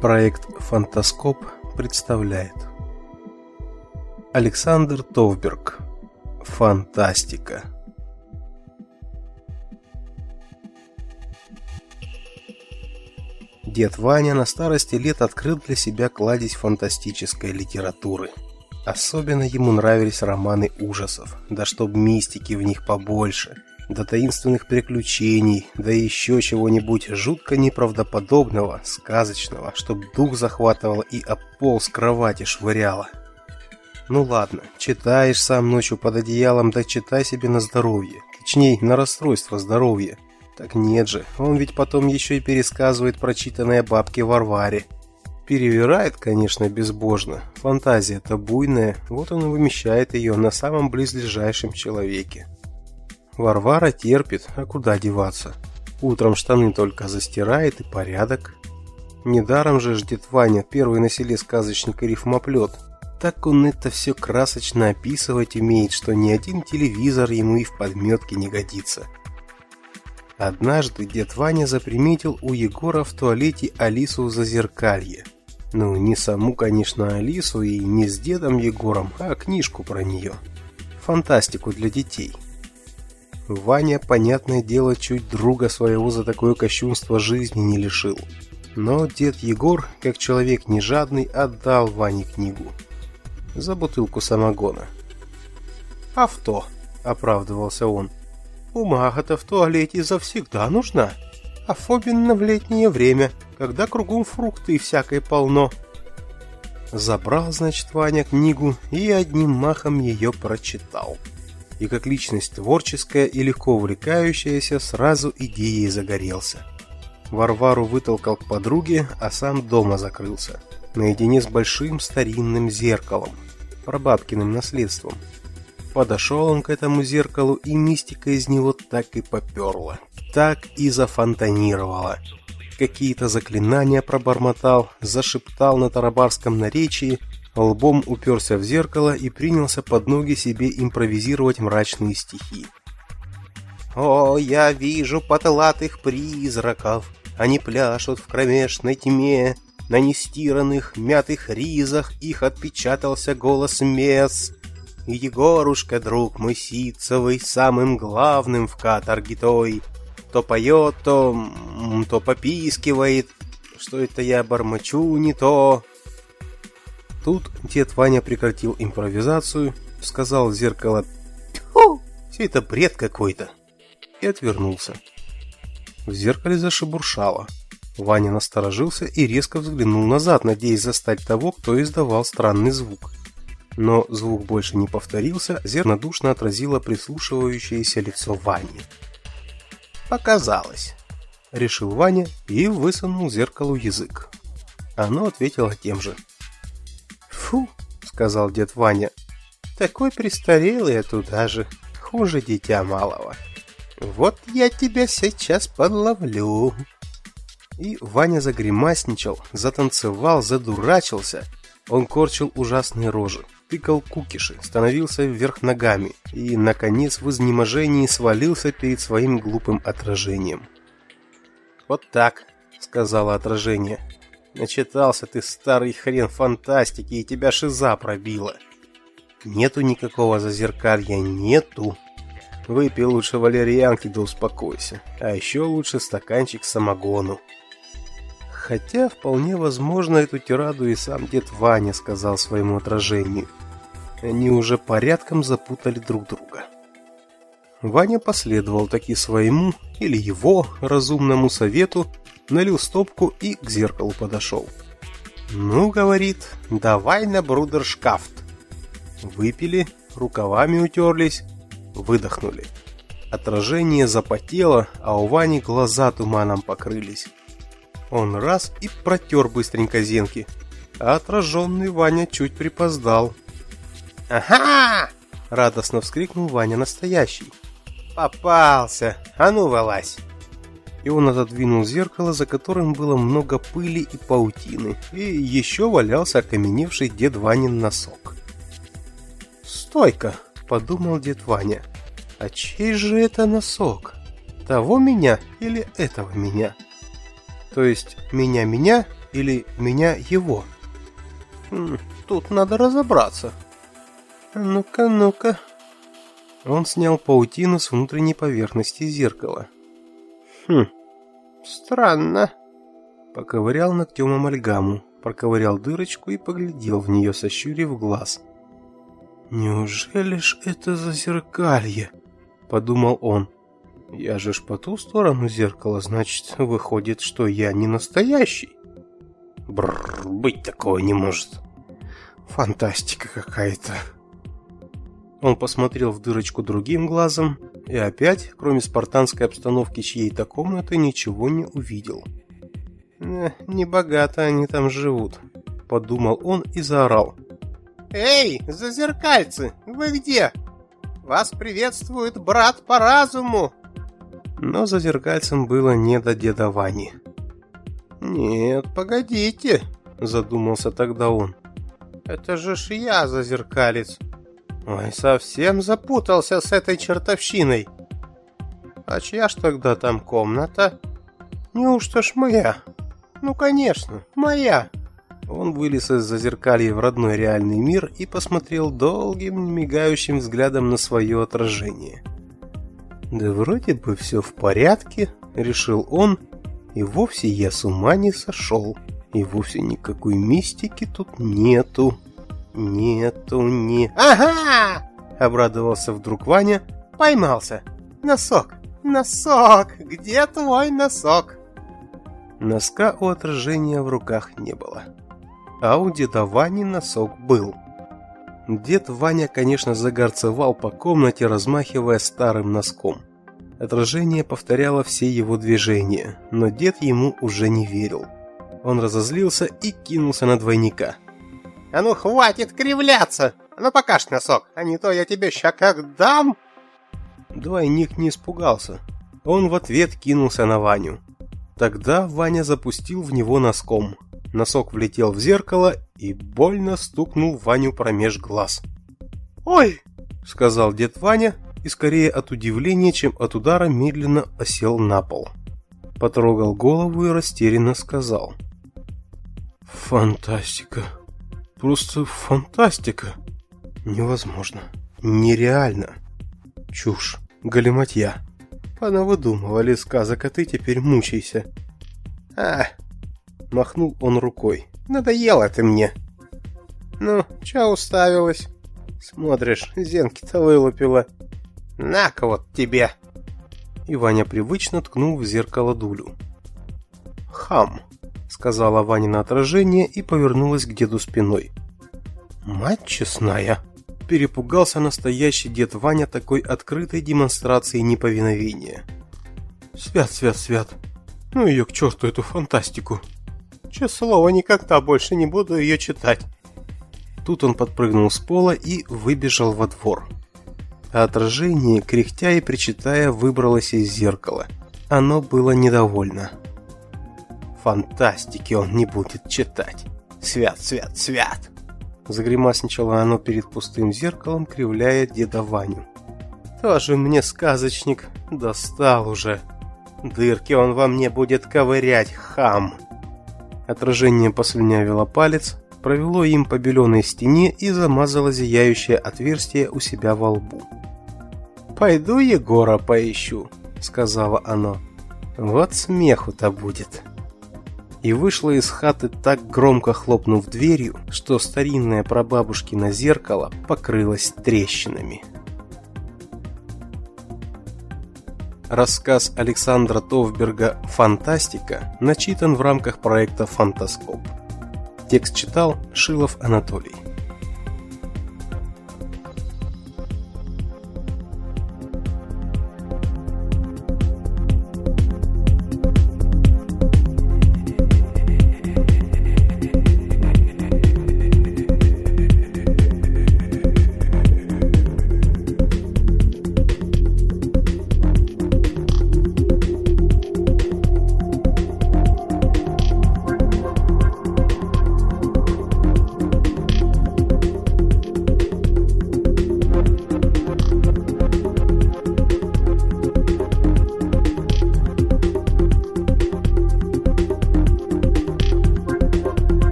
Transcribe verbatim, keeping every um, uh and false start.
Проект «Фантаскоп» представляет Александр Товберг. Фантастика. Дед Ваня на старости лет открыл для себя кладезь фантастической литературы. Особенно ему нравились романы ужасов, да чтоб мистики в них побольше, до таинственных приключений, да еще чего-нибудь жутко неправдоподобного, сказочного, чтоб дух захватывало и об пол с кровати швыряло. Ну ладно, читаешь сам ночью под одеялом, да читай себе на здоровье, точнее на расстройство здоровья. Так нет же, он ведь потом еще и пересказывает прочитанное бабке Варваре. Перевирает, конечно, безбожно, фантазия-то буйная, вот он и вымещает ее на самом близлежащем человеке. Варвара терпит, а куда деваться? Утром штаны только застирает и порядок. Недаром же ж дед Ваня, первый на селе сказочник и рифмоплет. Так он это все красочно описывать умеет, что ни один телевизор ему и в подметке не годится. Однажды дед Ваня заприметил у Егора в туалете Алису в зазеркалье. Ну, не саму, конечно, Алису и не с дедом Егором, а книжку про нее. Фантастику для детей. Ваня, понятное дело, чуть друга своего за такое кощунство жизни не лишил. Но дед Егор, как человек не жадный, отдал Ване книгу. За бутылку самогона. «Авто», — оправдывался он. «Бумага-то в туалете завсегда нужна, особенно в летнее время, когда кругом фрукты и всякое полно». Забрал, значит, Ваня книгу и одним махом ее прочитал. И как личность творческая и легко увлекающаяся, сразу идеей загорелся. Варвару вытолкал к подруге, а сам дома закрылся, наедине с большим старинным зеркалом, прабабкиным наследством. Подошел он к этому зеркалу, и мистика из него так и поперла, так и зафонтанировала. Какие-то заклинания пробормотал, зашептал на тарабарском наречии, лбом уперся в зеркало и принялся под ноги себе импровизировать мрачные стихи. «О, я вижу потлатых призраков, они пляшут в кромешной тьме, на нестиранных мятых ризах их отпечатался голос мес. И Егорушка, друг мой ситцевый, самым главным в каторге той, то поет, то... то попискивает, что это я бормочу не то». Тут дед Ваня прекратил импровизацию, сказал в зеркало: «Тьфу, все это бред какой-то», и отвернулся. В зеркале зашебуршало. Ваня насторожился и резко взглянул назад, надеясь застать того, кто издавал странный звук. Но звук больше не повторился, зеркало душно отразило прислушивающееся лицо Вани. «Показалось», — решил Ваня и высунул зеркалу язык. Оно ответило тем же. «Фу», — сказал дед Ваня, — «такой престарелый, а туда же, хуже дитя малого. Вот я тебя сейчас подловлю». И Ваня загримасничал, затанцевал, задурачился. Он корчил ужасные рожи, тыкал кукиши, становился вверх ногами и, наконец, в изнеможении свалился перед своим глупым отражением. «Вот так», — сказала отражение. «Начитался ты, старый хрен, фантастики, и тебя шиза пробила. Нету никакого зазеркалья, нету. Выпей лучше валерьянки да успокойся, а еще лучше стаканчик самогону». Хотя, вполне возможно, эту тираду и сам дед Ваня сказал своему отражению. Они уже порядком запутали друг друга. Ваня последовал таки своему, или его, разумному совету, налил стопку и к зеркалу подошел. «Ну, — говорит, — давай на брудершафт». Выпили, рукавами утерлись, выдохнули. Отражение запотело, а у Вани глаза туманом покрылись. Он раз и протер быстренько зенки, а отраженный Ваня чуть припоздал. «Ага!» — радостно вскрикнул Ваня настоящий. «Попался! А ну, вылазь!» И он отодвинул зеркало, за которым было много пыли и паутины, и еще валялся окаменевший дед Ванин носок. «Стой-ка!» — подумал дед Ваня. «А чей же это носок? Того меня или этого меня?» То есть меня-меня Или меня его? Хм, тут надо разобраться. Ну-ка, ну-ка. Он снял паутину с внутренней поверхности зеркала. Хм, странно. Поковырял ногтем амальгаму, проковырял дырочку и поглядел в нее, сощурив глаз. «Неужели ж это зазеркалье?» — подумал он. «Я же ж по ту сторону зеркала, значит, выходит, что я не настоящий». Бррр, быть такого не может. Фантастика какая-то. Он посмотрел в дырочку другим глазом и опять, кроме спартанской обстановки чьей-то комнаты, ничего не увидел. «Э, небогато они там живут», — подумал он и заорал. «Эй, зазеркальцы, вы где? Вас приветствует брат по разуму!» Но зазеркальцам было не до деда Вани. «Нет, погодите», — задумался тогда он. «Это же ж я зазеркалец. Ой, совсем запутался с этой чертовщиной. А чья ж тогда там комната? Неужто ж моя? Ну, конечно, моя». Он вылез из зазеркалья в родной реальный мир и посмотрел долгим, мигающим взглядом на свое отражение. «Да вроде бы все в порядке», — решил он, — «и вовсе я с ума не сошел, и вовсе никакой мистики тут нету, нету, не...» «Ага!» — обрадовался вдруг Ваня. «Поймался! Носок! Носок! Где твой носок?» Носка у отражения в руках не было. А у деда Вани носок был. Дед Ваня, конечно, загорцевал по комнате, размахивая старым носком. Отражение повторяло все его движения, но дед ему уже не верил. Он разозлился и кинулся на двойника. «А ну хватит кривляться! А ну покажь носок, а не то я тебе ща как дам!» Двойник не испугался. Он в ответ кинулся на Ваню. Тогда Ваня запустил в него носком. Носок влетел в зеркало и больно стукнул Ваню промеж глаз. «Ой!» — сказал дед Ваня, и скорее от удивления, чем от удара, медленно осел на пол. Потрогал голову и растерянно сказал: «Фантастика! Просто фантастика! Невозможно! Нереально! Чушь! Галиматья! Понавыдумывали сказок, а ты теперь мучайся!» «А!» — махнул он рукой. «Надоело ты мне!» «Ну, чё уставилась? Смотришь, зенки-то вылупила. На-ка вот тебе!» И Ваня привычно ткнул в зеркало дулю. «Хам!» — сказала Ваня на отражение и повернулась к деду спиной. «Мать честная!» — перепугался настоящий дед Ваня такой открытой демонстрацией неповиновения. «Свят, свят, свят! Ну ее к черту, эту фантастику! Честное слово, никогда больше не буду ее читать!» Тут он подпрыгнул с пола и выбежал во двор. А отражение, кряхтя и причитая, выбралось из зеркала. Оно было недовольно. «Фантастики он не будет читать! Свят, свят, свят!» Загримасничало оно перед пустым зеркалом, кривляя деда Ваню. «Тоже мне сказочник! Достал уже! Дырки он во мне будет ковырять, хам!» Отражение послюнявило палец, провело им по беленой стене и замазало зияющее отверстие у себя во лбу. «Пойду Егора поищу», — сказала оно. «Вот смеху-то будет». И вышла из хаты, так громко хлопнув дверью, что старинное прабабушкино зеркало покрылось трещинами. Рассказ Александра Товберга «Фантастика» начитан в рамках проекта «Фантаскоп». Текст читал Шилов Анатолий.